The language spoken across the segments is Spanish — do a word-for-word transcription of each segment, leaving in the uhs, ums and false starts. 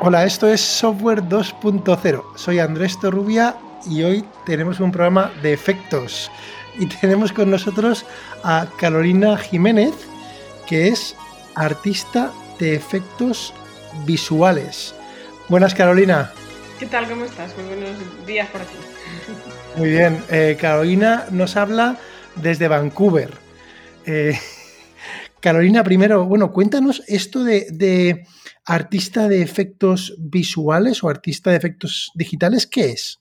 Hola, esto es Software dos punto cero. Soy Andrés Torrubia y hoy tenemos un programa de efectos. Y tenemos con nosotros a Carolina Jiménez, que es artista de efectos visuales. Buenas, Carolina. ¿Qué tal? ¿Cómo estás? Muy buenos días por aquí. Muy bien. Eh, Carolina nos habla desde Vancouver. Eh, Carolina, primero, bueno, cuéntanos esto de, de artista de efectos visuales o artista de efectos digitales, ¿qué es?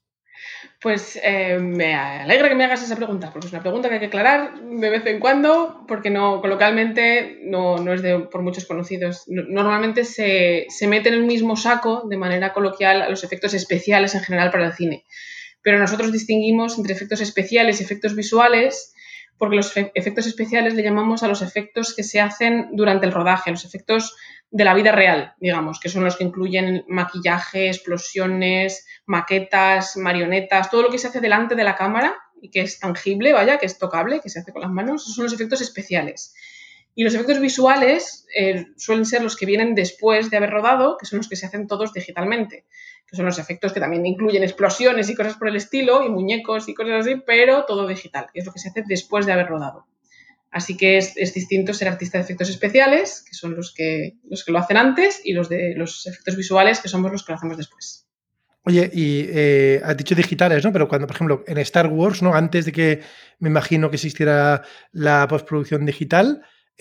Pues eh, me alegra que me hagas esa pregunta, porque es una pregunta que hay que aclarar de vez en cuando, porque no, coloquialmente no, no es de, por muchos conocidos. Normalmente se, se mete en el mismo saco, de manera coloquial, a los efectos especiales en general para el cine. Pero nosotros distinguimos entre efectos especiales y efectos visuales, porque los efectos especiales le llamamos a los efectos que se hacen durante el rodaje, los efectos de la vida real, digamos, que son los que incluyen maquillaje, explosiones, maquetas, marionetas, todo lo que se hace delante de la cámara y que es tangible, vaya, que es tocable, que se hace con las manos, esos son los efectos especiales. Y los efectos visuales eh, suelen ser los que vienen después de haber rodado, que son los que se hacen todos digitalmente, que son los efectos que también incluyen explosiones y cosas por el estilo, y muñecos y cosas así, pero todo digital, que es lo que se hace después de haber rodado. Así que es, es distinto ser artista de efectos especiales, que son los que, los que lo hacen antes, y los de los efectos visuales, que somos los que lo hacemos después. Oye, y eh, has dicho digitales, ¿no? Pero cuando, por ejemplo, en Star Wars, ¿no? Antes de que me imagino que existiera la postproducción digital,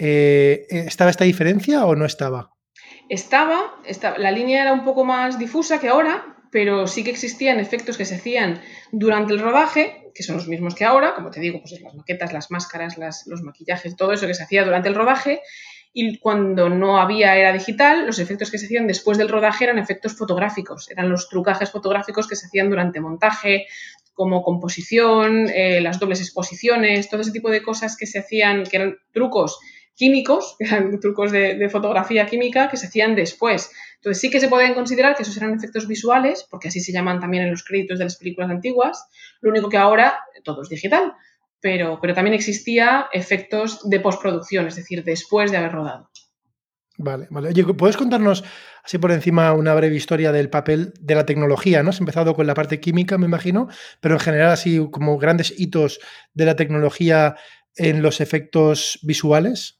eh, ¿estaba esta diferencia o no estaba? Estaba, estaba, la línea era un poco más difusa que ahora, pero sí que existían efectos que se hacían durante el rodaje, que son los mismos que ahora, como te digo, pues las maquetas, las máscaras, las, los maquillajes, todo eso que se hacía durante el rodaje. Y cuando no había era digital, los efectos que se hacían después del rodaje eran efectos fotográficos, eran los trucajes fotográficos que se hacían durante montaje, como composición, eh, las dobles exposiciones, todo ese tipo de cosas que se hacían, que eran trucos químicos, que eran trucos de, de fotografía química que se hacían después. Entonces sí que se pueden considerar que esos eran efectos visuales, porque así se llaman también en los créditos de las películas antiguas, lo único que ahora todo es digital. Pero, pero también existía efectos de postproducción, es decir, después de haber rodado. Vale, vale. Oye, ¿puedes contarnos así por encima una breve historia del papel de la tecnología, ¿no? Has empezado con la parte química, me imagino, pero en general así como grandes hitos de la tecnología en los efectos visuales.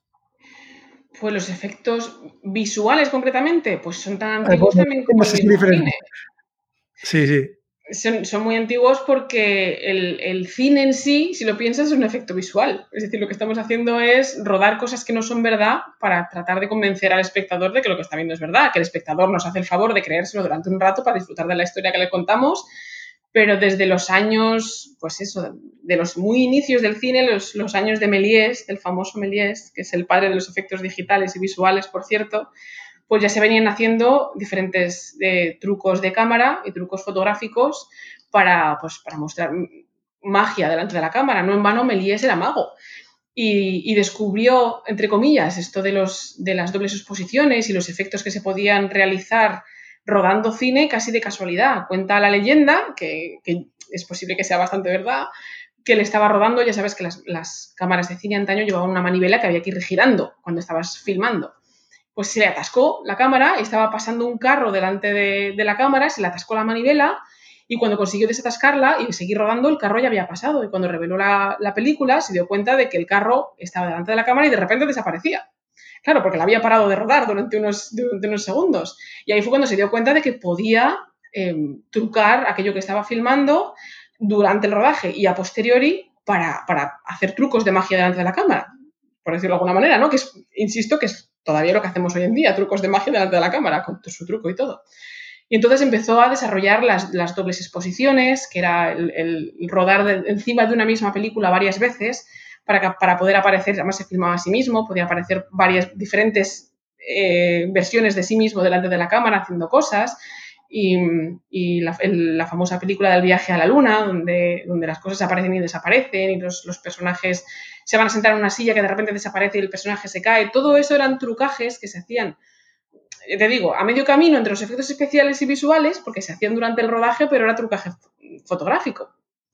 Pues los efectos visuales concretamente, pues son tan Ah, antiguos bueno, también ¿cómo como el es mismo diferente? cine. Sí, sí. Son, son muy antiguos porque el, el cine en sí, si lo piensas, es un efecto visual. Es decir, lo que estamos haciendo es rodar cosas que no son verdad para tratar de convencer al espectador de que lo que está viendo es verdad, que el espectador nos hace el favor de creérselo durante un rato para disfrutar de la historia que le contamos, pero desde los años, pues eso, de los muy inicios del cine, los, los años de Méliès, del famoso Méliès, que es el padre de los efectos digitales y visuales, por cierto, pues ya se venían haciendo diferentes eh, trucos de cámara y trucos fotográficos para, pues, para mostrar magia delante de la cámara. No en vano Méliès era mago. Y, y, descubrió, entre comillas, esto de, los, de las dobles exposiciones y los efectos que se podían realizar rodando cine casi de casualidad. Cuenta la leyenda, que, que es posible que sea bastante verdad, que él estaba rodando, ya sabes que las, las cámaras de cine antaño llevaban una manivela que había que ir girando cuando estabas filmando. Pues se le atascó la cámara, estaba pasando un carro delante de, de la cámara, se le atascó la manivela y cuando consiguió desatascarla y seguir rodando, el carro ya había pasado. Y cuando reveló la, la película, se dio cuenta de que el carro estaba delante de la cámara y de repente desaparecía. Claro, porque la había parado de rodar durante unos, durante unos segundos. Y ahí fue cuando se dio cuenta de que podía eh, trucar aquello que estaba filmando durante el rodaje y a posteriori para, para hacer trucos de magia delante de la cámara, por decirlo de alguna manera, ¿no? Que es, insisto, que es todavía lo que hacemos hoy en día, trucos de magia delante de la cámara, con su truco y todo. Y entonces empezó a desarrollar las, las dobles exposiciones, que era el, el rodar de, encima de una misma película varias veces para, para poder aparecer, además se filmaba a sí mismo, podía aparecer varias diferentes eh, versiones de sí mismo delante de la cámara haciendo cosas. Y, y la, el, la famosa película del viaje a la luna, donde, donde las cosas aparecen y desaparecen y los, los personajes se van a sentar en una silla que de repente desaparece y el personaje se cae. Todo eso eran trucajes que se hacían, te digo, a medio camino entre los efectos especiales y visuales, porque se hacían durante el rodaje, pero era trucaje fotográfico.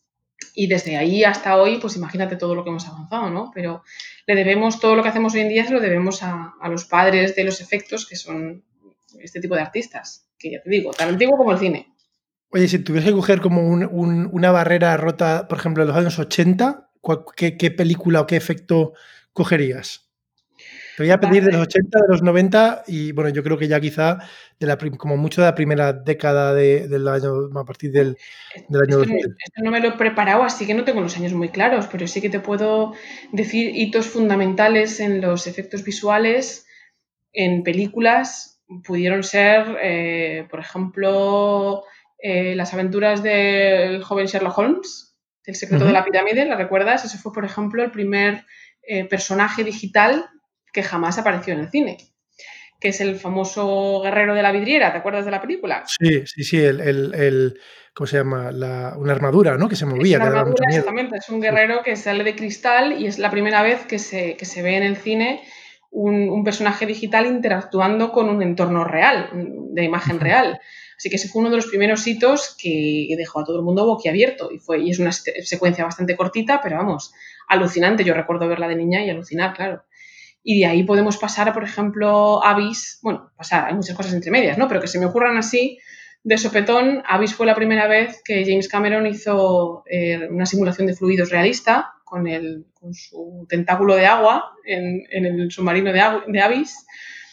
Y desde ahí hasta hoy, pues imagínate todo lo que hemos avanzado, ¿no? Pero le debemos, todo lo que hacemos hoy en día se lo debemos a, a los padres de los efectos, que son este tipo de artistas, que ya te digo, tan antiguo como el cine. Oye, si tuvieras que coger como un, un, una barrera rota, por ejemplo, en los años ochenta, ¿qué, qué película o qué efecto cogerías? Te voy a pedir de los ochenta, de los noventa y, bueno, yo creo que ya quizá de la, como mucho de la primera década de, del año, a partir del, del año esto, dos mil. Esto no me lo he preparado, así que no tengo los años muy claros, pero sí que te puedo decir hitos fundamentales en los efectos visuales en películas. Pudieron ser, eh, por ejemplo, eh, las aventuras del joven Sherlock Holmes, El secreto uh-huh. de la pirámide, ¿la recuerdas? Ese fue, por ejemplo, el primer eh, personaje digital que jamás apareció en el cine, que es el famoso guerrero de la vidriera. ¿Te acuerdas de la película? Sí, sí, sí, el, el, el ¿cómo se llama? La, una armadura, ¿no? Que se movía. Es una que armadura, daba mucho miedo. exactamente. Es un guerrero sí. que sale de cristal y es la primera vez que se, que se ve en el cine un, un personaje digital interactuando con un entorno real, de imagen uh-huh. real. Así que ese fue uno de los primeros hitos que dejó a todo el mundo boquiabierto. Y, fue, y es una secuencia bastante cortita, pero vamos, alucinante. Yo recuerdo verla de niña y alucinar, claro. Y de ahí podemos pasar, por ejemplo, Abyss, bueno, pasar, hay muchas cosas entre medias, ¿no? Pero que se me ocurran así, de sopetón. Abyss fue la primera vez que James Cameron hizo eh, una simulación de fluidos realista con, el, con su tentáculo de agua en, en el submarino de, de Abyss.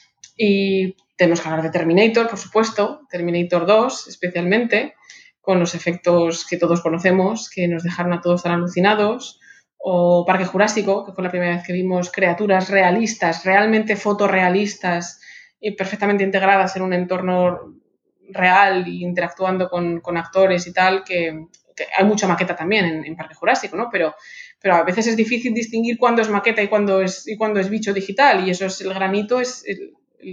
Y tenemos que hablar de Terminator, por supuesto, Terminator dos especialmente, con los efectos que todos conocemos, que nos dejaron a todos tan alucinados. O Parque Jurásico, que fue la primera vez que vimos criaturas realistas, realmente fotorrealistas y perfectamente integradas en un entorno real e interactuando con, con actores y tal, que, que hay mucha maqueta también en, en Parque Jurásico, ¿no? Pero, pero a veces es difícil distinguir cuándo es maqueta y cuándo es, y cuándo es bicho digital, y eso es el granito, es el,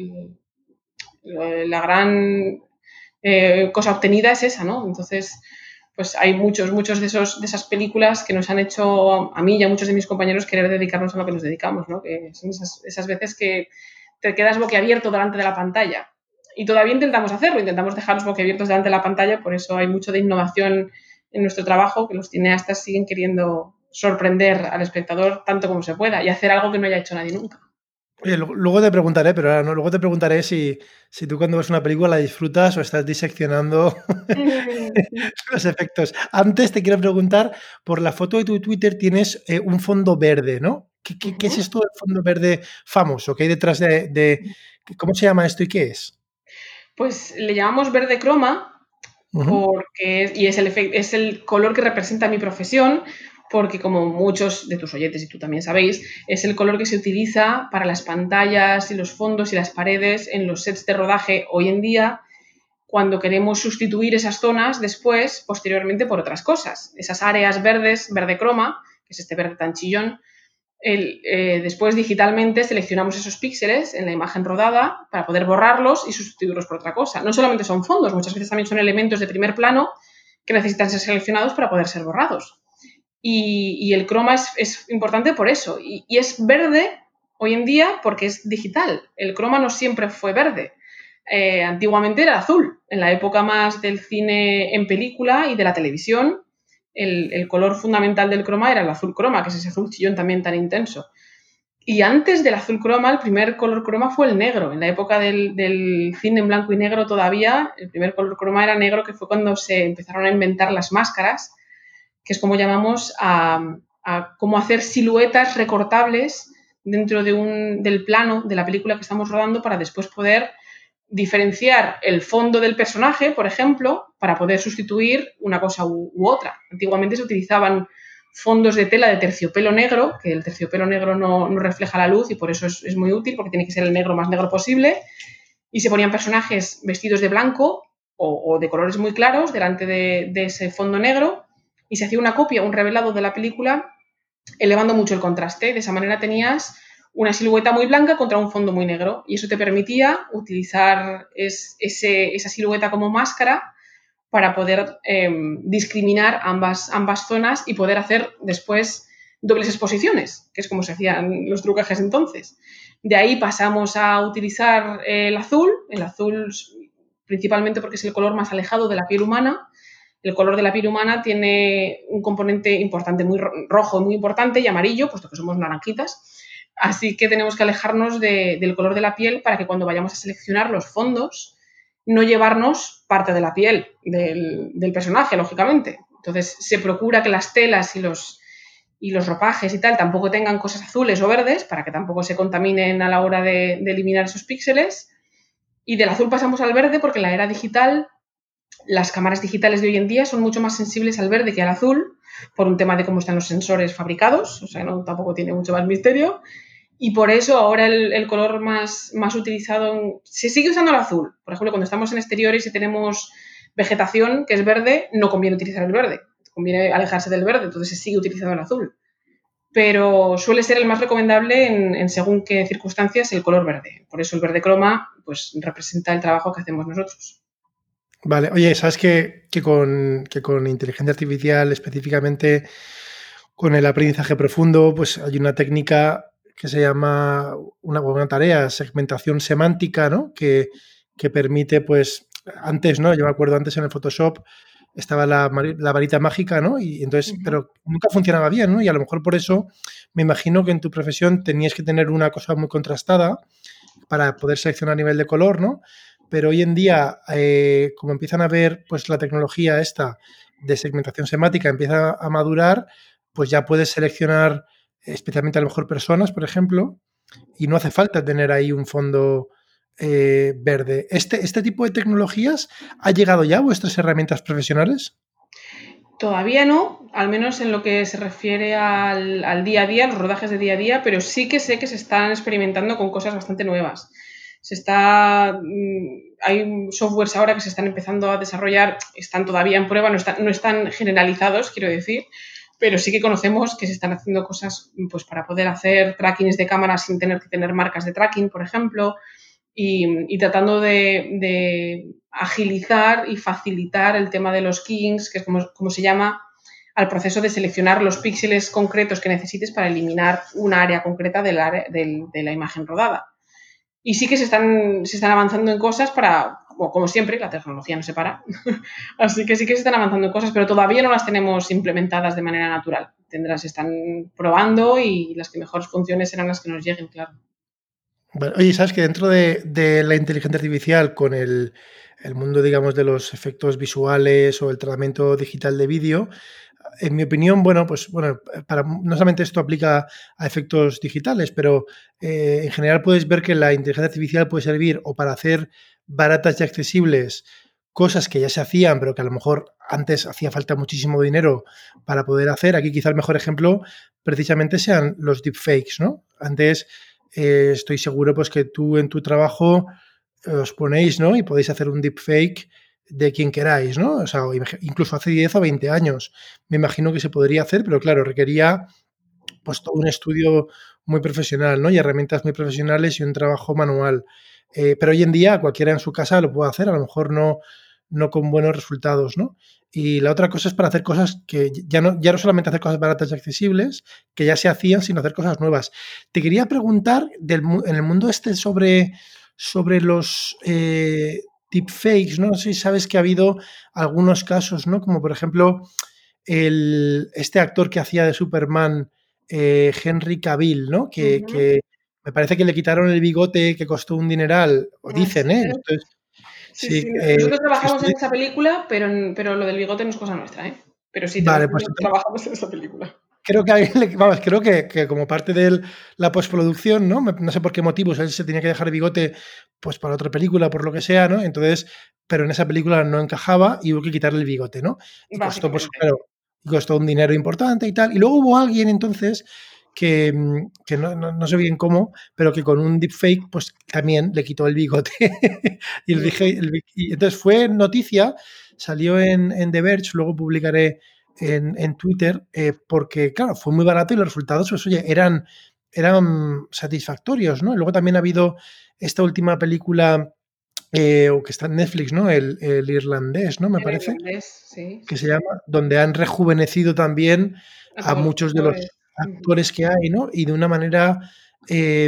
el, la gran eh, cosa obtenida es esa, ¿no? Entonces, pues hay muchos, muchos de, esos, de esas películas que nos han hecho, a mí y a muchos de mis compañeros, querer dedicarnos a lo que nos dedicamos, ¿no? Que son esas, esas veces que te quedas boquiabierto delante de la pantalla. Y todavía intentamos hacerlo, intentamos dejarnos boquiabiertos delante de la pantalla, por eso hay mucho de innovación en nuestro trabajo, que los cineastas siguen queriendo sorprender al espectador tanto como se pueda y hacer algo que no haya hecho nadie nunca. Oye, luego te preguntaré, pero ahora no, luego te preguntaré si, si tú cuando ves una película la disfrutas o estás diseccionando los efectos. Antes te quiero preguntar, por la foto de tu Twitter tienes eh, un fondo verde, ¿no? ¿Qué, qué, uh-huh. ¿Qué es esto del fondo verde famoso? ¿Qué hay detrás de, de... ¿Cómo se llama esto y qué es? Pues le llamamos verde croma, uh-huh. porque y es el, es el color que representa mi profesión, porque como muchos de tus oyentes y tú también sabéis, es el color que se utiliza para las pantallas y los fondos y las paredes en los sets de rodaje hoy en día, cuando queremos sustituir esas zonas después, posteriormente, por otras cosas. Esas áreas verdes, verde croma, que es este verde tan chillón, el, eh, después digitalmente seleccionamos esos píxeles en la imagen rodada para poder borrarlos y sustituirlos por otra cosa. No solamente son fondos, muchas veces también son elementos de primer plano que necesitan ser seleccionados para poder ser borrados. Y, y el croma es, es importante por eso. Y, y es verde hoy en día porque es digital. El croma no siempre fue verde. Eh, antiguamente era azul. En la época más del cine en película y de la televisión, el, el color fundamental del croma era el azul croma, que es ese azul chillón también tan intenso. Y antes del azul croma, el primer color croma fue el negro. En la época del, del cine en blanco y negro todavía, el primer color croma era negro, que fue cuando se empezaron a inventar las máscaras, que es como llamamos a, a cómo hacer siluetas recortables dentro de un, del plano de la película que estamos rodando para después poder diferenciar el fondo del personaje, por ejemplo, para poder sustituir una cosa u, u otra. Antiguamente se utilizaban fondos de tela de terciopelo negro, que el terciopelo negro no, no refleja la luz y por eso es, es muy útil, porque tiene que ser el negro más negro posible, y se ponían personajes vestidos de blanco o, o de colores muy claros delante de, de ese fondo negro, y se hacía una copia, un revelado de la película, elevando mucho el contraste. De esa manera tenías una silueta muy blanca contra un fondo muy negro, y eso te permitía utilizar es, ese, esa silueta como máscara para poder eh, discriminar ambas, ambas zonas y poder hacer después dobles exposiciones, que es como se hacían los trucajes entonces. De ahí pasamos a utilizar el azul, el azul principalmente porque es el color más alejado de la piel humana. El color de la piel humana tiene un componente importante, muy rojo, muy importante, y amarillo, puesto que somos naranjitas, Así que tenemos que alejarnos de, del color de la piel para que cuando vayamos a seleccionar los fondos no llevarnos parte de la piel del, del personaje, lógicamente. Entonces se procura que las telas y los, y los ropajes y tal tampoco tengan cosas azules o verdes para que tampoco se contaminen a la hora de, de eliminar esos píxeles. Y del azul pasamos al verde porque en la era digital las cámaras digitales de hoy en día son mucho más sensibles al verde que al azul por un tema de cómo están los sensores fabricados, o sea, no, tampoco tiene mucho más misterio. Y por eso ahora el, el color más, más utilizado, en, se sigue usando el azul. Por ejemplo, cuando estamos en exteriores y tenemos vegetación que es verde, no conviene utilizar el verde, conviene alejarse del verde, entonces se sigue utilizando el azul. Pero suele ser el más recomendable en, en según qué circunstancias el color verde. Por eso el verde croma pues, representa el trabajo que hacemos nosotros. Vale, oye, ¿sabes que, que, con, que con inteligencia artificial, específicamente con el aprendizaje profundo, pues hay una técnica que se llama, una, una tarea, segmentación semántica, ¿no? Que, que permite, pues, antes, ¿no? Yo me acuerdo antes en el Photoshop estaba la, la varita mágica, ¿no? Y entonces, uh-huh. Pero nunca funcionaba bien, ¿no? Y a lo mejor por eso me imagino que en tu profesión tenías que tener una cosa muy contrastada para poder seleccionar a nivel de color, ¿no? Pero hoy en día, eh, como empiezan a ver, pues la tecnología esta de segmentación semántica empieza a madurar, pues ya puedes seleccionar especialmente a lo mejor personas, por ejemplo, y no hace falta tener ahí un fondo eh, verde. ¿Este, ¿Este tipo de tecnologías ha llegado ya a vuestras herramientas profesionales? Todavía no, al menos en lo que se refiere al, al día a día, los rodajes de día a día, pero sí que sé que se están experimentando con cosas bastante nuevas. Se está, hay softwares ahora que se están empezando a desarrollar, están todavía en prueba, no están, no están generalizados, quiero decir, pero sí que conocemos que se están haciendo cosas pues, para poder hacer trackings de cámaras sin tener que tener marcas de tracking, por ejemplo, y, y tratando de, de agilizar y facilitar el tema de los keyings, que es como, como se llama, al proceso de seleccionar los píxeles concretos que necesites para eliminar una área concreta de la, de, de la imagen rodada. Y sí que se están, se están avanzando en cosas para, bueno, como siempre, la tecnología no se para, así que sí que se están avanzando en cosas, pero todavía no las tenemos implementadas de manera natural. Tendrán, se están probando y las que mejor funcionen serán las que nos lleguen, claro. Bueno, oye, ¿sabes que dentro de, de la inteligencia artificial con el, el mundo, digamos, de los efectos visuales o el tratamiento digital de vídeo, en mi opinión, bueno, pues bueno, para, no solamente esto aplica a efectos digitales, pero eh, en general puedes ver que la inteligencia artificial puede servir o para hacer baratas y accesibles cosas que ya se hacían, pero que a lo mejor antes hacía falta muchísimo dinero para poder hacer. Aquí quizá el mejor ejemplo precisamente sean los deepfakes, ¿no? Antes eh, estoy seguro pues que tú en tu trabajo eh, os ponéis, ¿no? Y podéis hacer un deepfake de quien queráis, ¿no? O sea, incluso hace diez o veinte años me imagino que se podría hacer, pero claro, requería pues todo un estudio muy profesional, ¿no? Y herramientas muy profesionales y un trabajo manual. Eh, pero hoy en día cualquiera en su casa lo puede hacer, a lo mejor no, no con buenos resultados, ¿no? Y la otra cosa es para hacer cosas que ya no, ya no solamente hacer cosas baratas y accesibles, que ya se hacían, sino hacer cosas nuevas. Te quería preguntar, del, en el mundo este sobre, sobre los... Eh, deepfakes, ¿no? No sé si sabes que ha habido algunos casos, ¿no? Como por ejemplo el, este actor que hacía de Superman, eh, Henry Cavill, ¿no? Que, uh-huh. que me parece que le quitaron el bigote que costó un dineral, o dicen, ¿eh? Esto es, sí, sí, sí. Eh, nosotros trabajamos estoy... en esa película, pero, pero lo del bigote no es cosa nuestra, ¿eh? Pero sí, vale, pues, trabajamos en esa película. Creo que, vamos, creo que, que como parte de la postproducción, ¿no? No sé por qué motivos él se tenía que dejar bigote pues para otra película, por lo que sea, ¿no? Entonces, pero en esa película no encajaba y hubo que quitarle el bigote, ¿no? Y costó, pues, claro, costó un dinero importante y tal. Y luego hubo alguien entonces que, que no, no, no sé bien cómo, pero que con un deepfake, pues también le quitó el bigote. y, el, el, y entonces fue noticia, salió en, en The Verge, luego publicaré En, en Twitter, eh, porque, claro, fue muy barato y los resultados, pues, oye, eran, eran satisfactorios, ¿no? Y luego también ha habido esta última película eh, que está en Netflix, ¿no? El, el irlandés, ¿no? Me el parece. Irlandés, sí. Que se llama, donde han rejuvenecido también a, a muchos de los actores que hay, ¿no? Y de una manera, eh,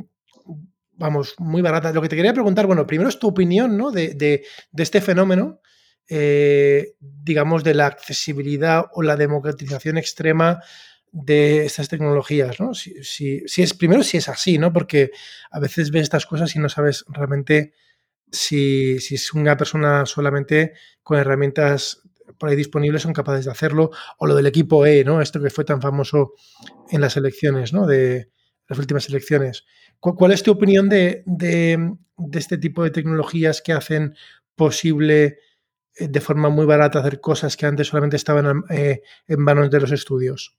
vamos, muy barata. Lo que te quería preguntar, bueno, primero es tu opinión, ¿no? De, de, de este fenómeno. Eh, digamos, de la accesibilidad o la democratización extrema de estas tecnologías, ¿no? Si, si, si es, primero, si es así, ¿no? Porque a veces ves estas cosas y no sabes realmente si, si es una persona solamente con herramientas por ahí disponibles son capaces de hacerlo, o lo del equipo E, ¿no? Esto que fue tan famoso en las elecciones, ¿no? De las últimas elecciones. ¿Cuál, cuál es tu opinión de, de, de este tipo de tecnologías que hacen posible eh, de forma muy barata hacer cosas que antes solamente estaban eh, en manos de los estudios?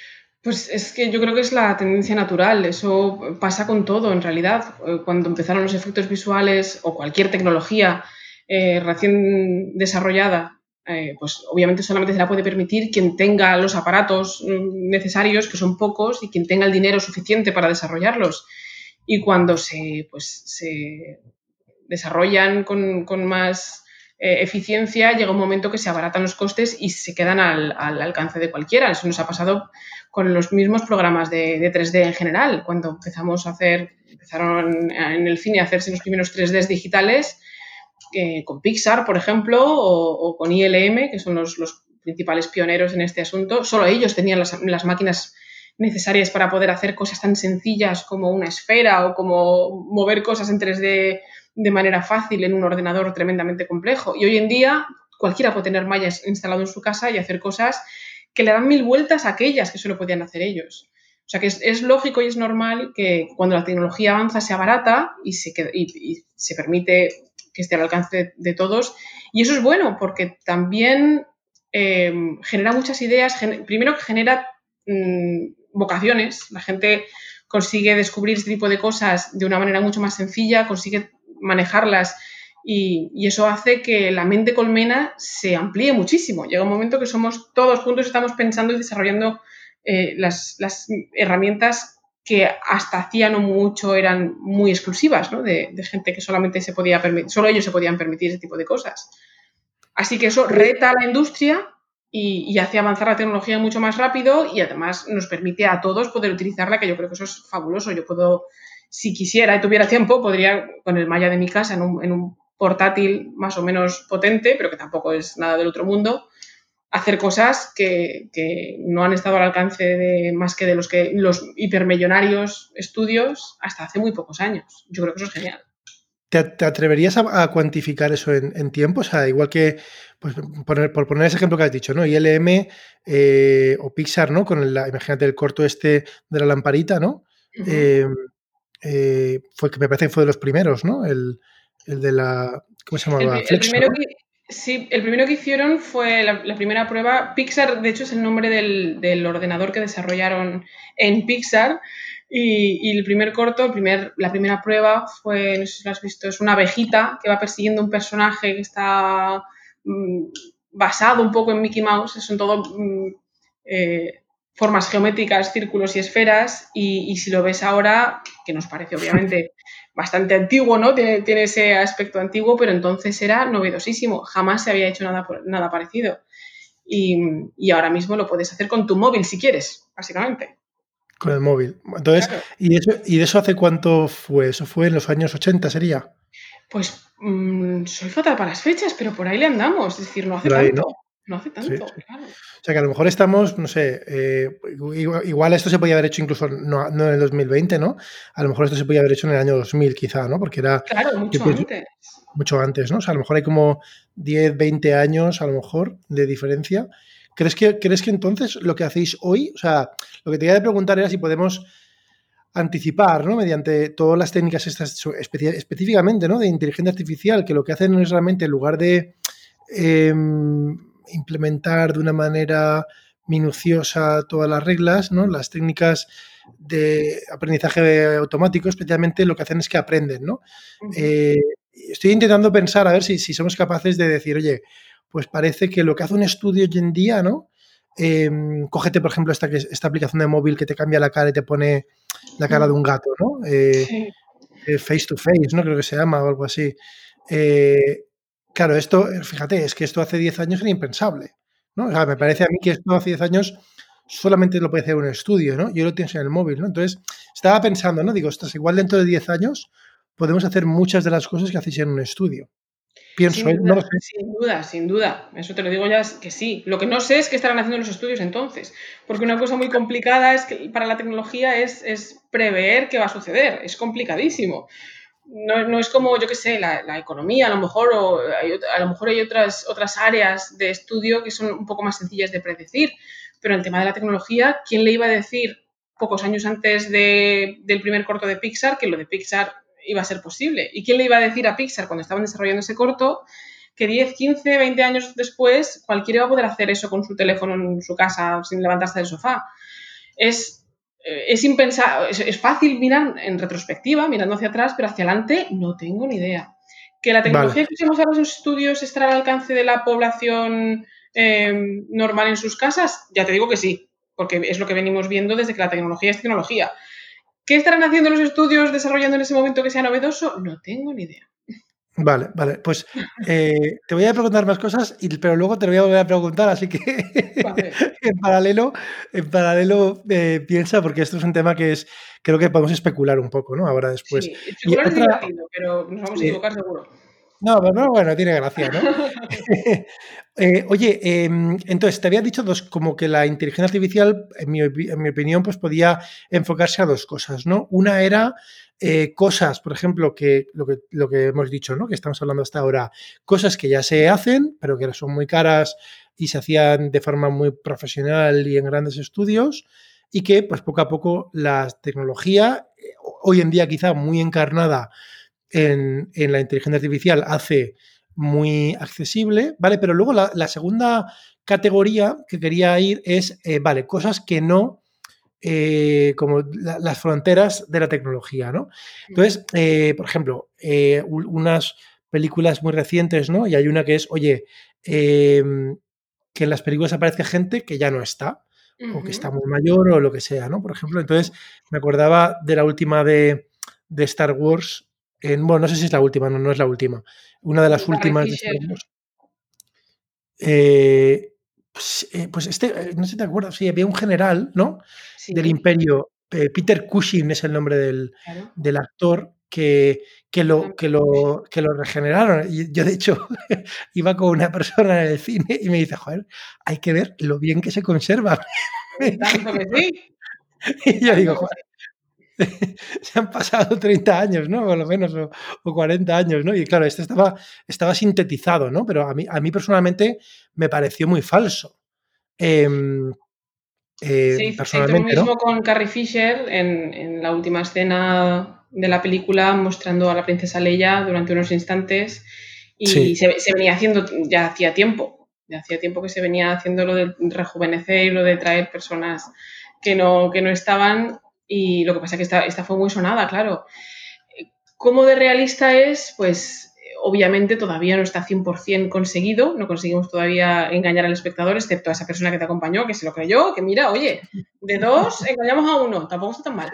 Pues es que yo creo que es la tendencia natural, eso pasa con todo en realidad. Cuando empezaron los efectos visuales o cualquier tecnología eh, recién desarrollada, eh, pues obviamente solamente se la puede permitir quien tenga los aparatos necesarios, que son pocos, y quien tenga el dinero suficiente para desarrollarlos. Y cuando se, pues, se desarrollan con, con más eh, eficiencia, llega un momento que se abaratan los costes y se quedan al, al alcance de cualquiera. Eso nos ha pasado con los mismos programas de, de tres D en general. Cuando empezamos a hacer, empezaron en el cine a hacerse los primeros tres D digitales, eh, con Pixar, por ejemplo, o, o con I L M, que son los, los principales pioneros en este asunto. Solo ellos tenían las, las máquinas necesarias para poder hacer cosas tan sencillas como una esfera o como mover cosas en tres D de manera fácil en un ordenador tremendamente complejo. Y hoy en día cualquiera puede tener Maya instalado en su casa y hacer cosas que le dan mil vueltas a aquellas que solo podían hacer ellos. O sea que es, es lógico y es normal que cuando la tecnología avanza se abarata y se, queda, y, y se permite que esté al alcance de, de todos. Y eso es bueno porque también eh, genera muchas ideas. Gen, primero que genera mmm, vocaciones. La gente consigue descubrir este tipo de cosas de una manera mucho más sencilla, consigue manejarlas y, y eso hace que la mente colmena se amplíe muchísimo. Llega un momento que somos todos juntos, estamos pensando y desarrollando eh, las, las herramientas que hasta hacía no mucho eran muy exclusivas, ¿no? de, de gente que solamente se podía permitir, solo ellos se podían permitir ese tipo de cosas. Así que eso reta a la industria y, y hace avanzar la tecnología mucho más rápido y además nos permite a todos poder utilizarla, que yo creo que eso es fabuloso. Yo puedo, si quisiera y tuviera tiempo, podría con el Maya de mi casa en un, en un portátil más o menos potente, pero que tampoco es nada del otro mundo, hacer cosas que, que no han estado al alcance de más que de los que los hipermillonarios estudios hasta hace muy pocos años. Yo creo que eso es genial. ¿Te, te atreverías a, a cuantificar eso en, en tiempo? O sea, igual que, pues, poner, por poner ese ejemplo que has dicho, ¿no? I L M eh, o Pixar, ¿no? Con el, imagínate el corto este de la lamparita, ¿no? Uh-huh. Eh, eh, fue que me parece que fue de los primeros, ¿no? El, el de la, ¿cómo se llamaba? El, el Flexo, primero ¿no? que, sí, el primero que hicieron fue la, la primera prueba. Pixar, de hecho, es el nombre del, del ordenador que desarrollaron en Pixar. Y, y el primer corto, el primer, la primera prueba fue, no sé si lo has visto, es una abejita que va persiguiendo un personaje que está mmm, basado un poco en Mickey Mouse. Son todo mmm, eh, formas geométricas, círculos y esferas. Y, y si lo ves ahora, que nos parece obviamente bastante antiguo, ¿no? Tiene, tiene ese aspecto antiguo, pero entonces era novedosísimo. Jamás se había hecho nada, nada parecido. Y, y ahora mismo lo puedes hacer con tu móvil si quieres, básicamente. Con el móvil. Entonces, claro. ¿y, eso, ¿y de eso hace cuánto fue? ¿Eso fue en los años ochenta, sería? Pues mmm, soy fatal para las fechas, pero por ahí le andamos. Es decir, no hace ahí, tanto. ¿no? No hace tanto, sí, sí. Claro. O sea, que a lo mejor estamos, no sé, eh, igual, igual esto se podía haber hecho incluso no, no en el dos mil veinte, ¿no? A lo mejor esto se podía haber hecho en el año dos mil, quizá, ¿no? Porque era... Claro, mucho pienso, antes. Mucho antes, ¿no? O sea, a lo mejor hay como diez, veinte años, a lo mejor, de diferencia. ¿Crees que, ¿Crees que entonces lo que hacéis hoy, o sea, lo que te quería preguntar era si podemos anticipar, ¿no? Mediante todas las técnicas estas específicamente, ¿no? De inteligencia artificial, que lo que hacen es realmente, en lugar de eh, implementar de una manera minuciosa todas las reglas, ¿no? Las técnicas de aprendizaje automático, especialmente lo que hacen es que aprenden, ¿no? Uh-huh. Eh, estoy intentando pensar a ver si, si somos capaces de decir, oye, pues parece que lo que hace un estudio hoy en día, ¿no? Eh, cógete, por ejemplo, esta, esta aplicación de móvil que te cambia la cara y te pone la cara de un gato, ¿no? Eh, sí. eh, face to face, ¿no? Creo que se llama o algo así. Eh, claro, esto, fíjate, es que esto hace diez años era impensable, ¿no? O sea, me parece a mí que esto hace diez años solamente lo puede hacer un estudio, ¿no? Yo lo tienes en el móvil, ¿no? Entonces, estaba pensando, ¿no? Digo, ostras, igual dentro de diez años podemos hacer muchas de las cosas que hacéis en un estudio. Pienso, Sin ¿eh? No duda, lo sé. sin duda, sin duda. Eso te lo digo ya que sí. Lo que no sé es qué estarán haciendo los estudios entonces. Porque una cosa muy complicada es que para la tecnología es, es prever qué va a suceder. Es complicadísimo. No, no es como, yo qué sé, la, la economía, a lo mejor, o hay, a lo mejor hay otras, otras áreas de estudio que son un poco más sencillas de predecir. Pero el tema de la tecnología, ¿quién le iba a decir pocos años antes de, del primer corto de Pixar que lo de Pixar iba a ser posible? ¿Y quién le iba a decir a Pixar cuando estaban desarrollando ese corto que diez, quince, veinte años después cualquiera va a poder hacer eso con su teléfono en su casa sin levantarse del sofá? Es, es impensable, es, es fácil mirar en retrospectiva, mirando hacia atrás, pero hacia adelante no tengo ni idea. ¿Que la Vale. tecnología que usamos ahora en los estudios estará al alcance de la población eh, normal en sus casas? Ya te digo que sí, porque es lo que venimos viendo desde que la tecnología es tecnología. ¿Qué estarán haciendo los estudios desarrollando en ese momento que sea novedoso? No tengo ni idea. Vale, vale. Pues eh, te voy a preguntar más cosas, y, pero luego te lo voy a volver a preguntar, así que Vale. en paralelo, en paralelo eh, piensa, porque esto es un tema que es, creo que podemos especular un poco, ¿no? Ahora después. Sí, Y especular es otra, divertido, pero nos vamos a sí, equivocar seguro. no, pero bueno, tiene gracia, ¿no? Eh, oye, eh, entonces te había dicho dos, como que la inteligencia artificial, en mi, en mi opinión, pues podía enfocarse a dos cosas, ¿no? Una era eh, cosas, por ejemplo, que lo, que lo que hemos dicho, ¿no? Que estamos hablando hasta ahora, cosas que ya se hacen, pero que son muy caras y se hacían de forma muy profesional y en grandes estudios, y que, pues poco a poco, la tecnología, hoy en día quizá muy encarnada en, en la inteligencia artificial, hace muy accesible, ¿vale? Pero luego la, la segunda categoría que quería ir es, eh, vale, cosas que no, eh, como la, las fronteras de la tecnología, ¿no? Entonces, eh, por ejemplo, eh, unas películas muy recientes, ¿no? Y hay una que es, oye, eh, que en las películas aparezca gente que ya no está, o que está muy mayor, o lo que sea, ¿no? Por ejemplo, entonces me acordaba de la última de, de Star Wars, en, bueno, no sé si es la última, no, no es la última, una de las Carrie últimas de Fisher. Star Wars. Eh, pues, eh, pues, este, eh, no sé si te acuerdas, sí, había un general, ¿no? Sí, Del Imperio, eh, Peter Cushing es el nombre del, claro. del actor, que, que, lo, que, lo, que lo regeneraron. Y yo, de hecho, iba con una persona en el cine y me dice, joder, hay que ver lo bien que se conserva. Tanto que sí. Y yo digo, Tanto que joder, sí. se han pasado treinta años, ¿no? Por lo menos, o, o cuarenta años, ¿no? Y claro, esto estaba, estaba sintetizado, ¿no? Pero a mí, a mí personalmente me pareció muy falso. Eh, Se eh, hizo, se hizo lo personalmente, ¿no? mismo con Carrie Fisher en, en la última escena de la película, mostrando a la princesa Leia durante unos instantes. Y Sí. se, se venía haciendo ya hacía tiempo. Ya hacía tiempo que se venía haciendo lo de rejuvenecer y lo de traer personas que no, que no estaban. Y lo que pasa es que esta, esta fue muy sonada, claro. ¿Cómo de realista es? Pues obviamente todavía no está cien por ciento conseguido, no conseguimos todavía engañar al espectador, excepto a esa persona que te acompañó, que se lo creyó, que mira, oye, de dos engañamos a uno, tampoco está tan mal.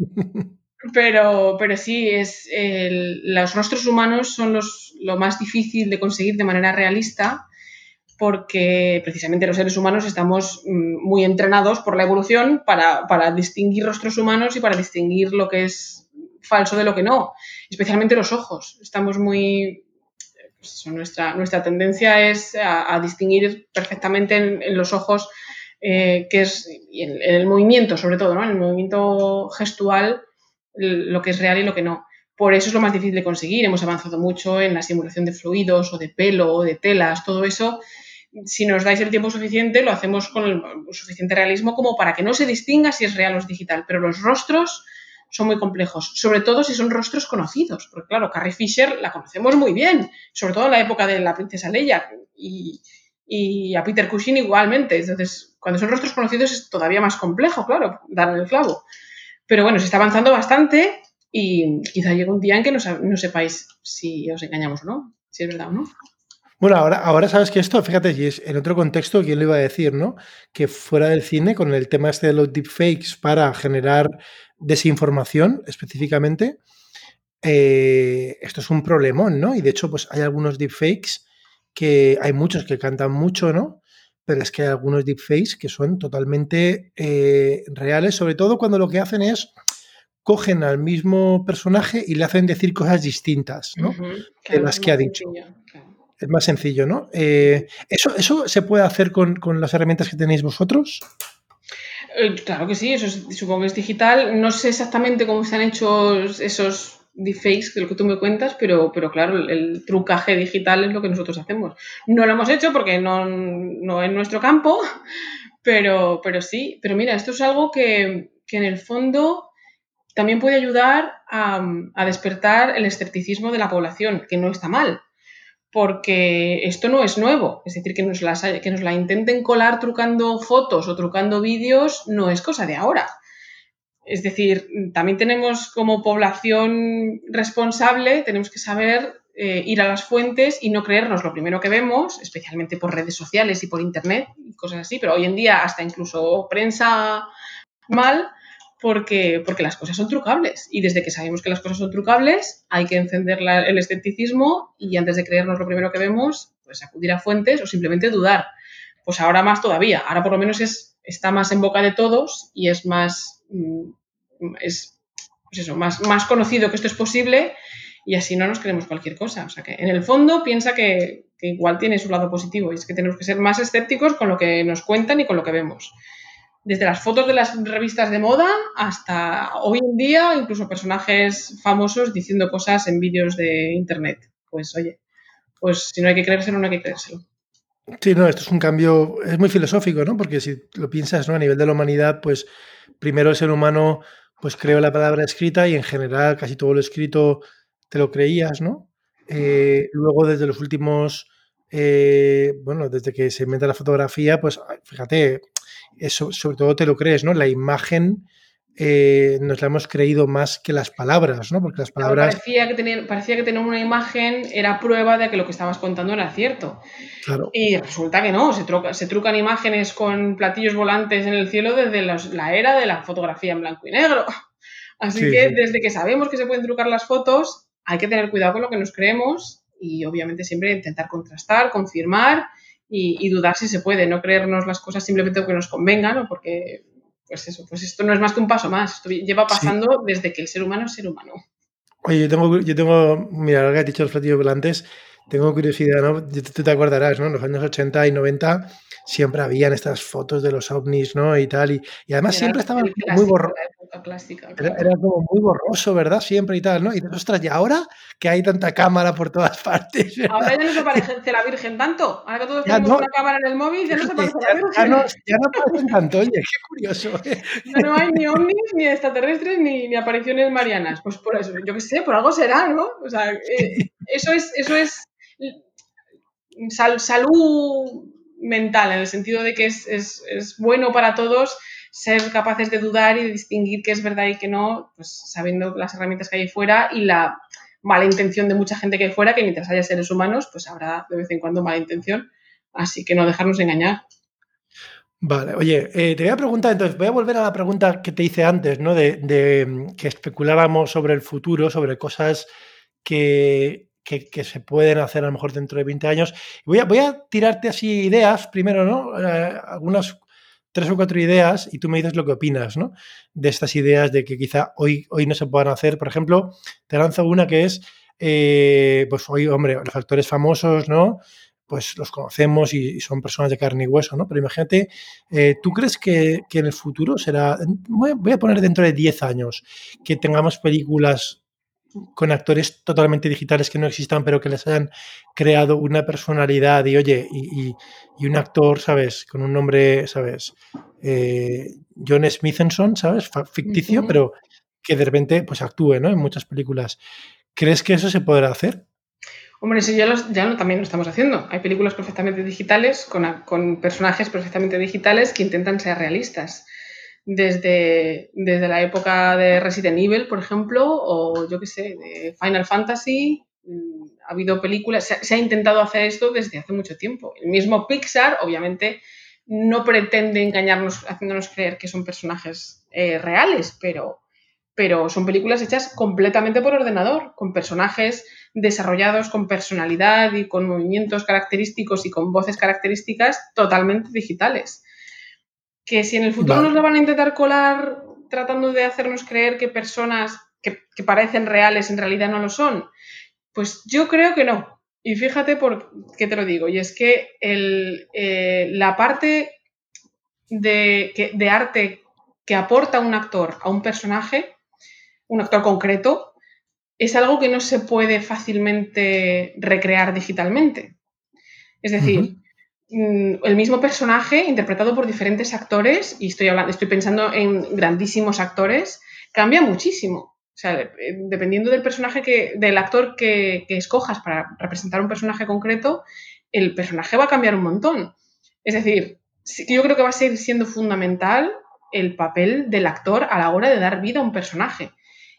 Pero, pero sí, es el, los rostros humanos son los, lo más difícil de conseguir de manera realista, porque precisamente los seres humanos estamos muy entrenados por la evolución para, para distinguir rostros humanos y para distinguir lo que es falso de lo que no, especialmente los ojos. Estamos muy... Pues nuestra, nuestra tendencia es a, a distinguir perfectamente en, en los ojos eh, que es, y en, en el movimiento sobre todo, ¿no? En el movimiento gestual, lo que es real y lo que no. Por eso es lo más difícil de conseguir. Hemos avanzado mucho en la simulación de fluidos o de pelo o de telas, todo eso. Si nos dais el tiempo suficiente, lo hacemos con el suficiente realismo como para que no se distinga si es real o es digital. Pero los rostros son muy complejos, sobre todo si son rostros conocidos. Porque claro, Carrie Fisher la conocemos muy bien, sobre todo en la época de la princesa Leia y, y a Peter Cushing igualmente. Entonces, cuando son rostros conocidos es todavía más complejo, claro, darle el clavo. Pero bueno, se está avanzando bastante y quizá llegue un día en que no, no sepáis si os engañamos o no, si es verdad o no. Bueno, ahora, ahora sabes que esto, fíjate, y es en otro contexto, ¿quién lo iba a decir, no? Que fuera del cine, con el tema este de los deepfakes para generar desinformación específicamente, eh, esto es un problemón, ¿no? Y de hecho, pues hay algunos deepfakes que hay muchos que cantan mucho, ¿no? Pero es que hay algunos deepfakes que son totalmente eh, reales, sobre todo cuando lo que hacen es cogen al mismo personaje y le hacen decir cosas distintas, ¿no? Ujú, de claro, las es que ha más dicho. sencillo, claro. Es más sencillo, ¿no? Eh, ¿eso, ¿Eso se puede hacer con, con las herramientas que tenéis vosotros? Eh, claro que sí, eso es- supongo que es digital. No sé exactamente cómo se han hecho esos deepfakes de lo que tú me cuentas, pero, pero claro, el, el trucaje digital es lo que nosotros hacemos. No lo hemos hecho porque no, no es nuestro campo, pero, pero sí. Pero mira, esto es algo que, que en el fondo también puede ayudar a, a despertar el escepticismo de la población, que no está mal. Porque esto no es nuevo, es decir, que nos, las, que nos la intenten colar trucando fotos o trucando vídeos no es cosa de ahora. Es decir, también tenemos como población responsable, tenemos que saber eh, ir a las fuentes y no creernos lo primero que vemos, especialmente por redes sociales y por internet y cosas así, pero hoy en día hasta incluso prensa mal, porque, porque las cosas son trucables. Y desde que sabemos que las cosas son trucables, hay que encender la, el escepticismo y antes de creernos lo primero que vemos, pues acudir a fuentes o simplemente dudar. Pues ahora más todavía. Ahora por lo menos es, está más en boca de todos y es más, es, pues eso, más, más conocido que esto es posible y así no nos creemos cualquier cosa. O sea que en el fondo piensa que, que igual tiene su lado positivo y es que tenemos que ser más escépticos con lo que nos cuentan y con lo que vemos. Desde las fotos de las revistas de moda hasta hoy en día, incluso personajes famosos diciendo cosas en vídeos de internet. Pues oye, pues si no hay que creérselo, no hay que creérselo. Sí, no, esto es un cambio, es muy filosófico, ¿no? Porque si lo piensas, ¿no? A nivel de la humanidad, pues primero el ser humano pues creó la palabra escrita y en general casi todo lo escrito te lo creías, ¿no? Eh, luego desde los últimos, eh, bueno, desde que se inventa la fotografía, pues fíjate, eso sobre todo te lo crees, ¿no? La imagen eh, nos la hemos creído más que las palabras, ¿no? Porque las Claro, palabras, parecía que, tener, parecía que tener una imagen era prueba de que lo que estabas contando era cierto. claro, Y resulta que no, se, troca, se trucan imágenes con platillos volantes en el cielo desde los, la era de la fotografía en blanco y negro. Así sí, que sí. desde que sabemos que se pueden trucar las fotos, hay que tener cuidado con lo que nos creemos y obviamente siempre intentar contrastar, confirmar y, y dudar si se puede, no creernos las cosas simplemente porque nos convengan o porque, pues eso, pues esto no es más que un paso más, esto lleva Sí. pasando desde que el ser humano es ser humano. Oye, yo tengo, yo tengo, mira, ahora que has dicho los platillos volantes, tengo curiosidad, ¿no? Tú tú te acordarás, ¿no? En los años ochenta y noventa siempre habían estas fotos de los ovnis, ¿no? Y tal, y, y además Era siempre estaban el como muy clásico, borrosos, la época clásica, era, claro. era como muy borroso, ¿verdad? Siempre y tal, ¿no? Y dices, ostras, ¿y ahora que hay tanta cámara por todas partes, Ahora ¿verdad? ya no se parece la Virgen tanto. Ahora que todos Ya tenemos no, una cámara en el móvil, ya no se fíjate, parece ya, la ya no, Virgen. ya no aparecen tanto, oye, qué curioso, ¿eh? Ya no hay ni ovnis, ni extraterrestres, ni, ni apariciones marianas. Pues por eso, yo qué sé, por algo será, ¿no? O sea, eh, eso es, eso es sal, salud mental, en el sentido de que es, es, es bueno para todos ser capaces de dudar y de distinguir qué es verdad y qué no, pues sabiendo las herramientas que hay fuera y la mala intención de mucha gente que hay fuera, que mientras haya seres humanos, pues habrá de vez en cuando mala intención. Así que no dejarnos engañar. Vale, oye, eh, te voy a preguntar, entonces, voy a volver a la pregunta que te hice antes, ¿no? De, de, mm, que especuláramos sobre el futuro, sobre cosas que, que, que se pueden hacer a lo mejor dentro de veinte años. Voy a, voy a tirarte así ideas, primero, ¿no? Eh, algunas tres o cuatro ideas y tú me dices lo que opinas, ¿no? De estas ideas de que quizá hoy, hoy no se puedan hacer. Por ejemplo, te lanzo una que es, eh, pues hoy, hombre, los actores famosos, ¿no? Pues los conocemos y, y son personas de carne y hueso, ¿no? Pero imagínate, eh, ¿tú crees que, que en el futuro será, voy a, voy a poner dentro de diez años, que tengamos películas con actores totalmente digitales que no existan, pero que les hayan creado una personalidad y, oye, y, y, y un actor, ¿sabes? Con un nombre, ¿sabes? Eh, John Smithenson, ¿sabes? Ficticio, Uh-huh. pero que de repente pues actúe, ¿no? En muchas películas. ¿Crees que eso se podrá hacer? Hombre, sí, ya, los, ya lo, también lo estamos haciendo. Hay películas perfectamente digitales, con, con personajes perfectamente digitales que intentan ser realistas. Desde, desde la época de Resident Evil, por ejemplo, o yo qué sé, de Final Fantasy. Ha habido películas, se, se ha intentado hacer esto desde hace mucho tiempo. El mismo Pixar, obviamente, no pretende engañarnos haciéndonos creer que son personajes eh, reales, pero, pero son películas hechas completamente por ordenador, con personajes desarrollados con personalidad y con movimientos característicos y con voces características totalmente digitales. Que si en el futuro Vale. nos lo van a intentar colar tratando de hacernos creer que personas que, que parecen reales en realidad no lo son? Pues yo creo que no. Y fíjate por qué te lo digo. Y es que el, eh, la parte de, que, de arte que aporta un actor a un personaje, un actor concreto, es algo que no se puede fácilmente recrear digitalmente. Es decir, uh-huh. el mismo personaje interpretado por diferentes actores, y estoy, hablando, estoy pensando en grandísimos actores, cambia muchísimo. O sea, dependiendo del personaje que, del actor que, que escojas para representar un personaje concreto, el personaje va a cambiar un montón. Es decir, yo creo que va a seguir siendo fundamental el papel del actor a la hora de dar vida a un personaje.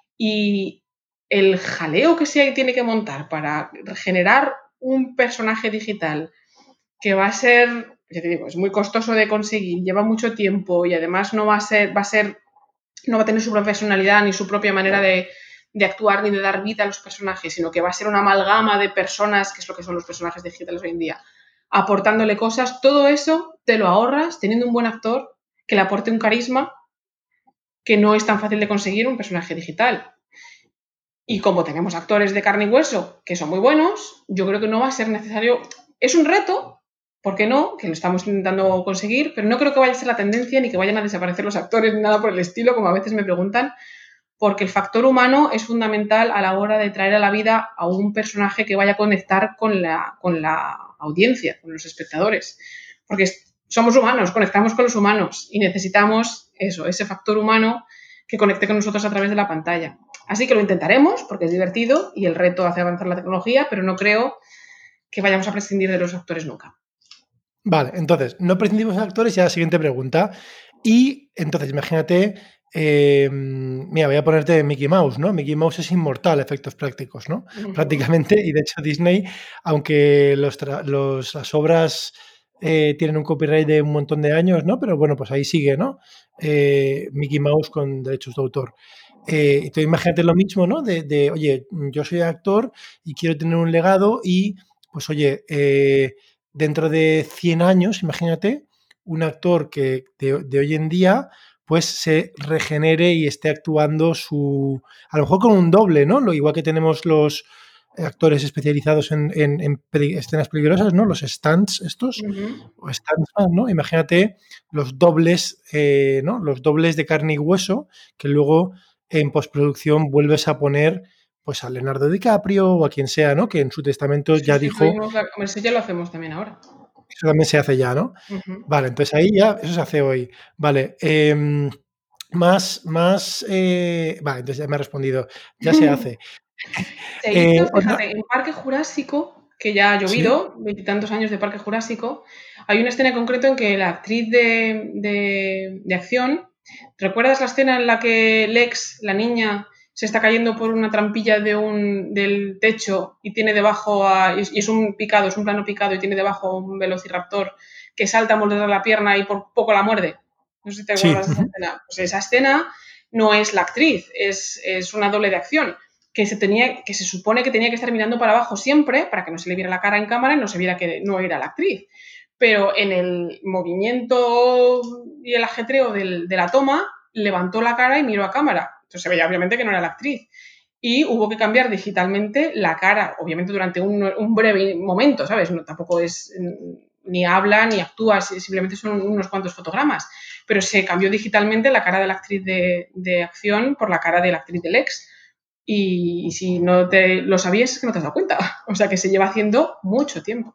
Y el jaleo que se tiene que montar para generar un personaje digital que va a ser, ya te digo, es muy costoso de conseguir, lleva mucho tiempo y además no va a ser, va a ser no va a tener su propia personalidad ni su propia manera de, de actuar ni de dar vida a los personajes, sino que va a ser una amalgama de personas, que es lo que son los personajes digitales hoy en día, aportándole cosas. Todo eso te lo ahorras teniendo un buen actor que le aporte un carisma que no es tan fácil de conseguir un personaje digital. Y como tenemos actores de carne y hueso que son muy buenos, yo creo que no va a ser necesario. Es un reto, ¿por qué no? Que lo estamos intentando conseguir, pero no creo que vaya a ser la tendencia ni que vayan a desaparecer los actores ni nada por el estilo, como a veces me preguntan, porque el factor humano es fundamental a la hora de traer a la vida a un personaje que vaya a conectar con la, con la audiencia, con los espectadores. Porque somos humanos, conectamos con los humanos y necesitamos eso, ese factor humano que conecte con nosotros a través de la pantalla. Así que lo intentaremos porque es divertido y el reto hace avanzar la tecnología, pero no creo que vayamos a prescindir de los actores nunca. Vale, entonces, no prescindimos de actores, ya la siguiente pregunta. Y entonces, imagínate, eh, mira, voy a ponerte Mickey Mouse, ¿no? Mickey Mouse es inmortal, efectos prácticos, ¿no? Uh-huh. Prácticamente, y de hecho Disney, aunque los tra- los, las obras eh, tienen un copyright de un montón de años, ¿no? Pero bueno, pues ahí sigue, ¿no? Eh, Mickey Mouse con derechos de autor. Eh, entonces, imagínate lo mismo, ¿no? De, de, oye, yo soy actor y quiero tener un legado y, pues, oye, eh, dentro de cien años, imagínate, un actor que de, de hoy en día pues se regenere y esté actuando su... A lo mejor con un doble, ¿no? Lo igual que tenemos los actores especializados en, en, en peli, escenas peligrosas, ¿no? Los stunts estos, uh-huh. o stunts, ¿no? Imagínate los dobles, eh, ¿no? Los dobles de carne y hueso que luego en postproducción vuelves a poner pues a Leonardo DiCaprio o a quien sea, ¿no? Que en su testamento sí, ya sí, dijo... Eso ya lo hacemos también ahora. Eso también se hace ya, ¿no? Uh-huh. Vale, entonces ahí ya, eso se hace hoy. Vale, eh, más, más, eh, vale, entonces ya me ha respondido, ya se hace. Seguido, eh, fíjate, en Parque Jurásico, que ya ha llovido, veintitantos ¿sí? años de Parque Jurásico, hay una escena en concreto en que la actriz de, de, de acción, ¿recuerdas la escena en la que Lex, la niña, se está cayendo por una trampilla de un, del techo y tiene debajo, a, y es un picado, es un plano picado y tiene debajo un velociraptor que salta a morder la pierna y por poco la muerde? No sé si te acuerdas sí. de esa escena. Pues esa escena no es la actriz, es, es una doble de acción que se, tenía, que se supone que tenía que estar mirando para abajo siempre para que no se le viera la cara en cámara y no se viera que no era la actriz. Pero en el movimiento y el ajetreo del, de la toma, levantó la cara y miró a cámara. Entonces se veía obviamente que no era la actriz. Y hubo que cambiar digitalmente la cara, obviamente durante un, un breve momento, ¿sabes? No, tampoco es, ni habla ni actúa, simplemente son unos cuantos fotogramas. Pero se cambió digitalmente la cara de la actriz de, de acción por la cara de la actriz del ex. Y, y si no te lo sabías es que no te has dado cuenta. O sea que se lleva haciendo mucho tiempo.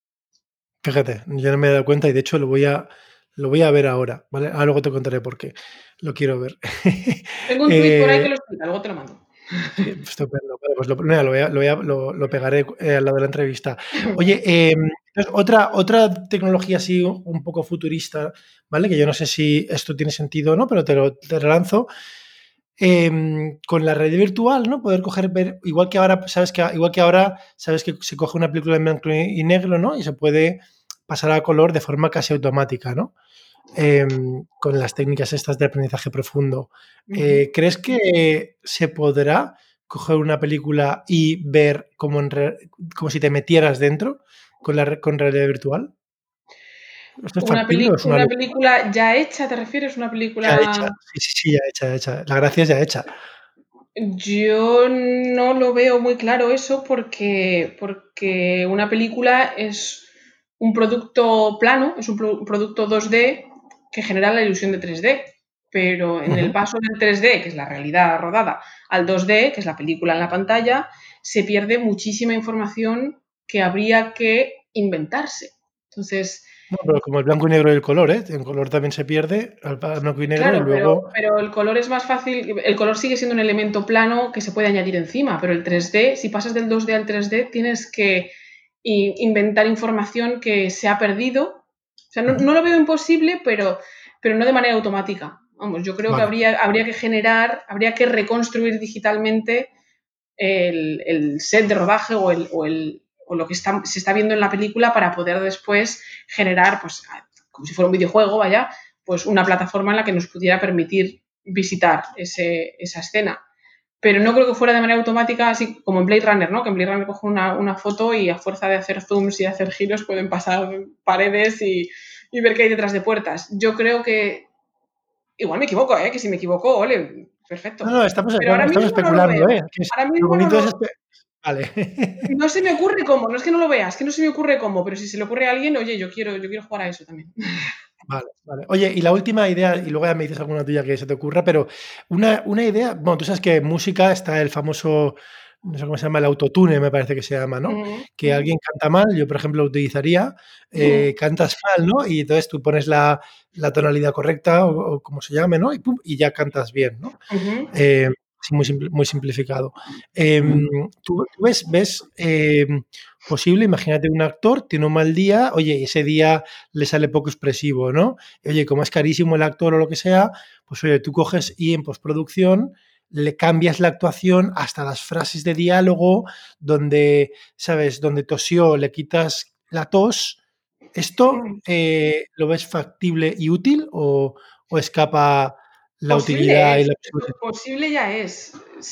Fíjate, yo no me he dado cuenta y de hecho lo voy a, lo voy a ver ahora, ¿vale? Ahora luego te contaré por qué. Lo quiero ver. Tengo un tuit eh, por ahí que lo explica, luego te lo mando. Sí, estupendo. Vale, pues lo, mira, lo, voy a, lo, voy a, lo, lo pegaré eh, al lado de la entrevista. Oye, eh, otra, otra tecnología así un poco futurista, ¿vale? Que yo no sé si esto tiene sentido o no, pero te lo, te lo lanzo. Eh, con la realidad virtual, ¿no? Poder coger, ver, igual que ahora, sabes que igual que ahora, sabes que se coge una película en blanco y negro, ¿no? Y se puede pasar a color de forma casi automática, ¿no? Eh, con las técnicas estas de aprendizaje profundo. Eh, ¿Crees que se podrá coger una película y ver como, en re, como si te metieras dentro con la con realidad virtual? ¿Esto es Una, factible peli o es una una locura? película ya hecha, ¿te refieres? ¿Una Ya hecha, película? sí, sí, sí, ya hecha, ya hecha. La gracia es ya hecha. Yo no lo veo muy claro eso porque, porque una película es un producto plano, es un pro- producto dos D que genera la ilusión de tres D. Pero en el Ujú. paso del tres D, que es la realidad rodada, al dos D, que es la película en la pantalla, se pierde muchísima información que habría que inventarse. Entonces, Bueno, pero como el blanco y negro y el color, ¿eh? En color también se pierde al pa- blanco y negro y claro, pero, luego... pero el color es más fácil, el color sigue siendo un elemento plano que se puede añadir encima, pero el tres D, si pasas del dos D al tres D, tienes que i- inventar información que se ha perdido. O sea, no, Ujú. no lo veo imposible, pero, pero no de manera automática. Vamos, yo creo que Vale. habría, habría que generar, habría que reconstruir digitalmente el, el set de rodaje o, el, o, el, o lo que está, se está viendo en la película para poder después generar, pues, como si fuera un videojuego, vaya, pues una plataforma en la que nos pudiera permitir visitar ese, esa escena. Pero no creo que fuera de manera automática, así como en Blade Runner, ¿no? Que en Blade Runner coge una, una foto y a fuerza de hacer zooms y hacer giros pueden pasar paredes y, y ver qué hay detrás de puertas. Yo creo que, igual me equivoco, ¿eh? Que si me equivoco, ole, No, perfecto. no, estamos, Pero ahora estamos mismo no lo especulando, veo. ¿eh? Que es- Ahora lo mismo no bonito es... lo, espe- Vale. no se me ocurre cómo, no es que no lo veas, que no se me ocurre cómo, pero si se le ocurre a alguien, oye, yo quiero, yo quiero jugar a eso también. Vale, vale. Oye, y la última idea, y luego ya me dices alguna tuya que se te ocurra, pero una, una idea, bueno, tú sabes que en música está el famoso, no sé cómo se llama, el autotune, me parece que se llama, ¿no? Uh Que -huh. alguien canta mal, yo por ejemplo lo utilizaría, eh, cantas mal, ¿no? Y entonces tú pones la, la tonalidad correcta o, o como se llame, ¿no? Y, pum, y ya cantas bien, ¿no? Uh -huh. Eh, sí, muy, simpli- muy simplificado. Eh, ¿tú, tú ves, ves eh, posible, imagínate un actor, tiene un mal día, oye, ese día le sale poco expresivo, ¿no? Y, oye, como es carísimo el actor o lo que sea, pues oye, tú coges y en postproducción le cambias la actuación hasta las frases de diálogo, donde, ¿sabes? Donde tosió, le quitas la tos. ¿Esto eh, lo ves factible y útil o, o escapa la Posible utilidad y es, la eso absoluta? posible ya es.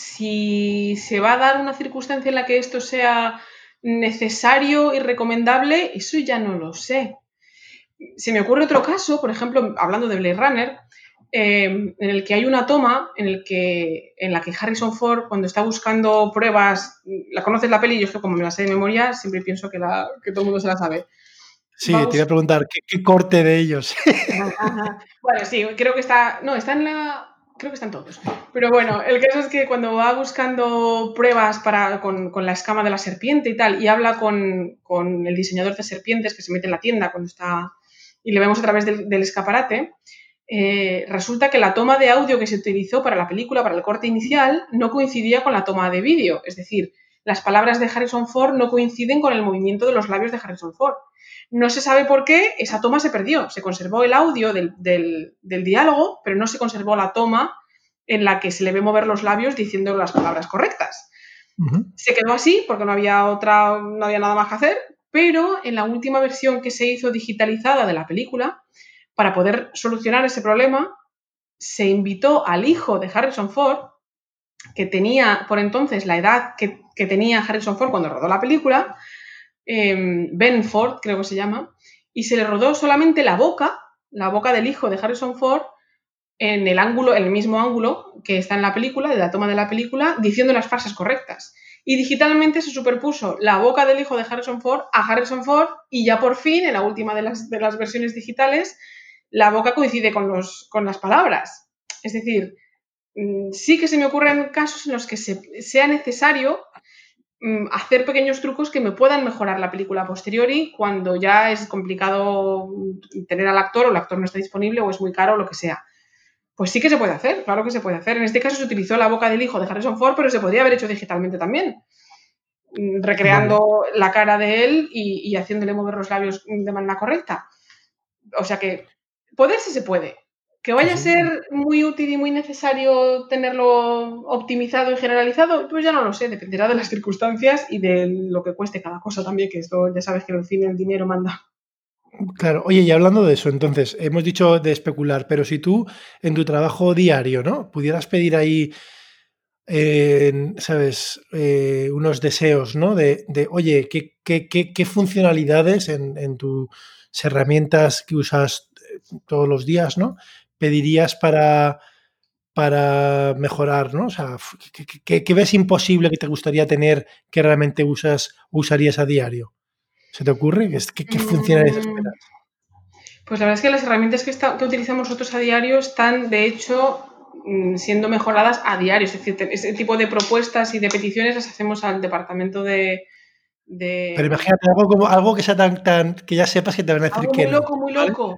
Si se va a dar una circunstancia en la que esto sea necesario y recomendable, eso ya no lo sé. Se me ocurre otro caso, por ejemplo, hablando de Blade Runner, eh, en el que hay una toma en, el que, en la que Harrison Ford, cuando está buscando pruebas, la conoces la peli, yo es que como me la sé de memoria, siempre pienso que, la, que todo el mundo se la sabe. Va a Sí, te iba a bus preguntar, ¿qué, qué corte de ellos? Ajá. Bueno, sí, creo que está. No, está en la. Creo que están todos. Pero bueno, el caso es que cuando va buscando pruebas para, con, con la escama de la serpiente y tal, y habla con, con el diseñador de serpientes que se mete en la tienda cuando está. Y le vemos a través del, del escaparate, eh, resulta que la toma de audio que se utilizó para la película, para el corte inicial, no coincidía con la toma de vídeo. Es decir, las palabras de Harrison Ford no coinciden con el movimiento de los labios de Harrison Ford. No se sabe por qué esa toma se perdió. Se conservó el audio del, del, del diálogo, pero no se conservó la toma en la que se le ve mover los labios diciendo las palabras correctas. Ujú. Se quedó así porque no había otra, no había nada más que hacer, pero en la última versión que se hizo digitalizada de la película, para poder solucionar ese problema, se invitó al hijo de Harrison Ford, que tenía por entonces la edad que, que tenía Harrison Ford cuando rodó la película, eh, Ben Ford, creo que se llama, y se le rodó solamente la boca, la boca del hijo de Harrison Ford, en el ángulo, en el mismo ángulo que está en la película, de la toma de la película, diciendo las frases correctas. Y digitalmente se superpuso la boca del hijo de Harrison Ford a Harrison Ford y ya por fin, en la última de las, de las versiones digitales, la boca coincide con, los, con las palabras. Es decir, sí que se me ocurren casos en los que se, sea necesario hacer pequeños trucos que me puedan mejorar la película a posteriori cuando ya es complicado tener al actor o el actor no está disponible o es muy caro o lo que sea. Pues sí que se puede hacer, claro que se puede hacer. En este caso se utilizó la boca del hijo de Harrison Ford, pero se podría haber hecho digitalmente también, Vale. recreando la cara de él y, y haciéndole mover los labios de manera correcta. O sea que poder sí se puede. Que Sí, vaya a sí. ser muy útil y muy necesario tenerlo optimizado y generalizado, pues ya no lo sé, dependerá de las circunstancias y de lo que cueste cada cosa también, que esto ya sabes que el cine el dinero manda. Claro. Oye, y hablando de eso, entonces, hemos dicho de especular, pero si tú en tu trabajo diario, ¿no? Pudieras pedir ahí, eh, ¿sabes? Eh, unos deseos, ¿no? De, de oye, ¿qué, qué, qué, qué funcionalidades en, en tu herramientas que usas todos los días, ¿no? Pedirías para, para mejorar, ¿no? O sea, ¿qué, qué, qué ves imposible que te gustaría tener que realmente usas, usarías a diario? ¿Se te ocurre? ¿Qué, qué, qué funcionalidades esperas? Pues la verdad es que las herramientas que, está, que utilizamos nosotros a diario están, de hecho, siendo mejoradas a diario. Es decir, ese tipo de propuestas y de peticiones las hacemos al departamento de... de... Pero imagínate algo, como, algo que sea tan, tan... que ya sepas que te van a decir algo que muy no. loco, muy ¿vale? loco.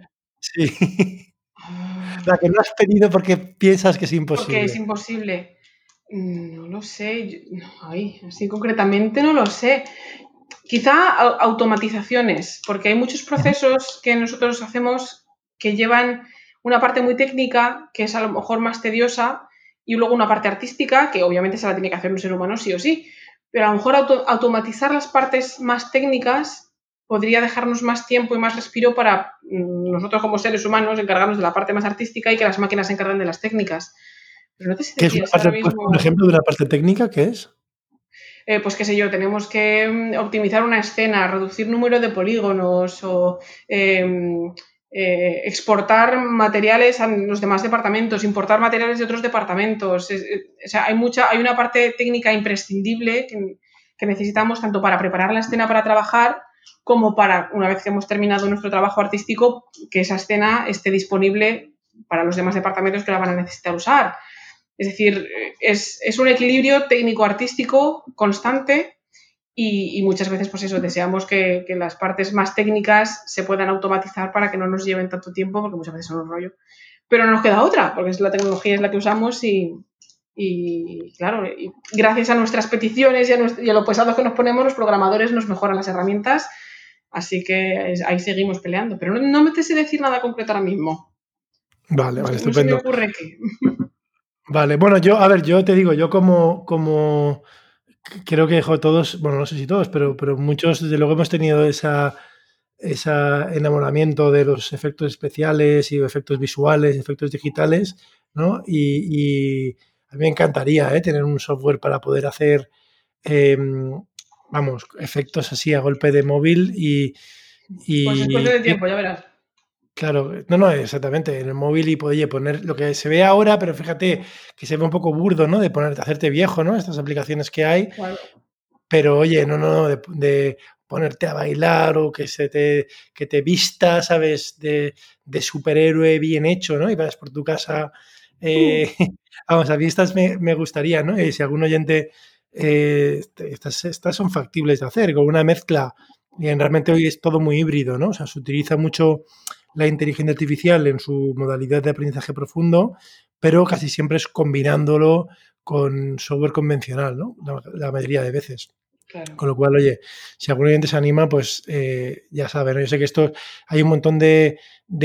Sí. La que no has pedido porque piensas que es imposible. Porque es imposible. No lo sé. Ay, así concretamente no lo sé. Quizá automatizaciones, porque hay muchos procesos que nosotros hacemos que llevan una parte muy técnica, que es a lo mejor más tediosa, y luego una parte artística, que obviamente se la tiene que hacer un ser humano sí o sí. Pero a lo mejor auto automatizar las partes más técnicas podría dejarnos más tiempo y más respiro para nosotros como seres humanos encargarnos de la parte más artística y que las máquinas se encarguen de las técnicas. Pero no te sé ¿Qué es una parte, ahora mismo... un ejemplo de una parte técnica? ¿Qué es? Eh, pues qué sé yo, tenemos que optimizar una escena, reducir número de polígonos o eh, eh, exportar materiales a los demás departamentos, importar materiales de otros departamentos. Es, es, o sea, hay, mucha, hay una parte técnica imprescindible que, que necesitamos tanto para preparar la escena para trabajar como para, una vez que hemos terminado nuestro trabajo artístico, que esa escena esté disponible para los demás departamentos que la van a necesitar usar. Es decir, es, es un equilibrio técnico-artístico constante y, y muchas veces, pues eso, deseamos que, que las partes más técnicas se puedan automatizar para que no nos lleven tanto tiempo, porque muchas veces son un rollo. Pero no nos queda otra, porque es la tecnología es la que usamos y, y claro, y gracias a nuestras peticiones y a, nuestro, y a lo pesados que nos ponemos, los programadores nos mejoran las herramientas, así que es, ahí seguimos peleando. Pero no, no me te sé decir nada concreto ahora mismo. Vale, no, vale, no estupendo. se me ocurre qué. Vale, bueno, yo, a ver, yo te digo, yo como, como creo que todos, bueno, no sé si todos, pero, pero muchos, desde luego hemos tenido esa, ese enamoramiento de los efectos especiales y efectos visuales, efectos digitales, ¿no? Y, y a mí me encantaría ¿eh? tener un software para poder hacer, eh, vamos, efectos así a golpe de móvil y... y pues es cuestión de tiempo, ya verás. Claro, no, no, exactamente, en el móvil y oye, poner lo que se ve ahora, pero fíjate que se ve un poco burdo, ¿no? De ponerte, hacerte viejo, ¿no? Estas aplicaciones que hay. Claro. Pero oye, no, no, de, de ponerte a bailar o que se te, que te vista, ¿sabes? De, de superhéroe bien hecho, ¿no? Y vas por tu casa. Eh, vamos, a mí estas me, me gustaría, ¿no? Y si algún oyente, eh, estas, estas son factibles de hacer, con una mezcla. Y realmente hoy es todo muy híbrido, ¿no? O sea, se utiliza mucho la inteligencia artificial en su modalidad de aprendizaje profundo, pero casi siempre es combinándolo con software convencional, ¿no? La, la mayoría de veces. Claro. Con lo cual, oye, si algún oyente se anima, pues eh, ya saben, ¿no? Yo sé que esto hay un montón de,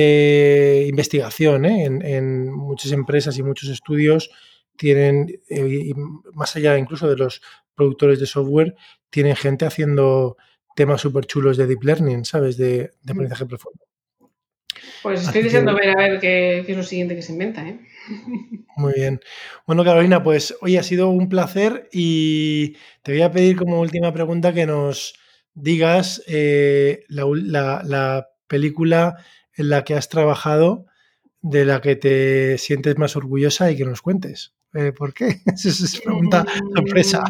de investigación ¿eh? en, en muchas empresas y muchos estudios tienen, eh, y más allá incluso de los productores de software, tienen gente haciendo temas súper chulos de deep learning, ¿sabes? De, de aprendizaje profundo. Pues estoy Así deseando que... ver a ver qué, qué es lo siguiente que se inventa, ¿eh? Muy bien. Bueno, Carolina, pues hoy ha sido un placer y te voy a pedir como última pregunta que nos digas eh, la, la, la película en la que has trabajado, de la que te sientes más orgullosa y que nos cuentes. Eh, ¿Por qué? Esa es pregunta sorpresa.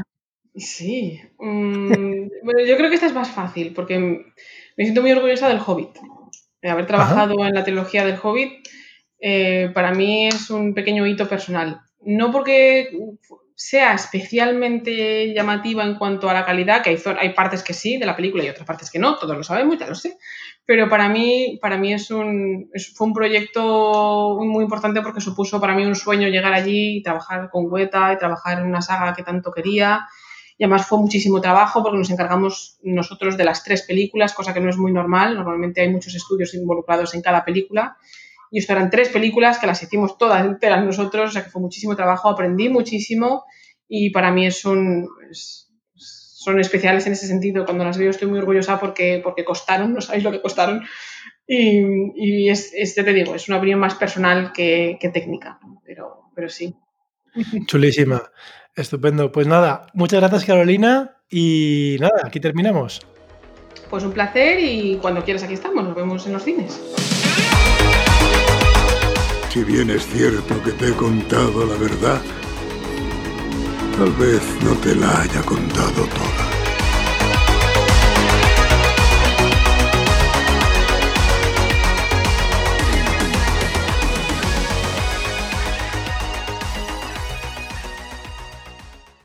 Sí. Mm, bueno, yo creo que esta es más fácil porque me siento muy orgullosa del Hobbit. De haber trabajado Ajá. en la trilogía del Hobbit, eh, para mí es un pequeño hito personal. No porque sea especialmente llamativa en cuanto a la calidad, que hay, hay partes que sí de la película y otras partes que no, todos lo sabemos, ya lo sé, pero para mí, para mí es un, es, fue un proyecto muy importante porque supuso para mí un sueño llegar allí y trabajar con Weta y trabajar en una saga que tanto quería. Y además fue muchísimo trabajo porque nos encargamos nosotros de las tres películas, cosa que no es muy normal. Normalmente hay muchos estudios involucrados en cada película. Y esto eran tres películas que las hicimos todas enteras nosotros, o sea que fue muchísimo trabajo, aprendí muchísimo y para mí es un, es, son especiales en ese sentido. Cuando las veo estoy muy orgullosa porque, porque costaron, no sabéis lo que costaron. Y, y es, es, te digo, es una opinión más personal que, que técnica, pero, pero sí. Chulísima. Estupendo. Pues nada, muchas gracias, Carolina. Y nada, aquí terminamos. Pues un placer y cuando quieras aquí estamos. Nos vemos. vemos en los cines. Si bien es cierto que te he contado la verdad, tal vez no te la haya contado toda.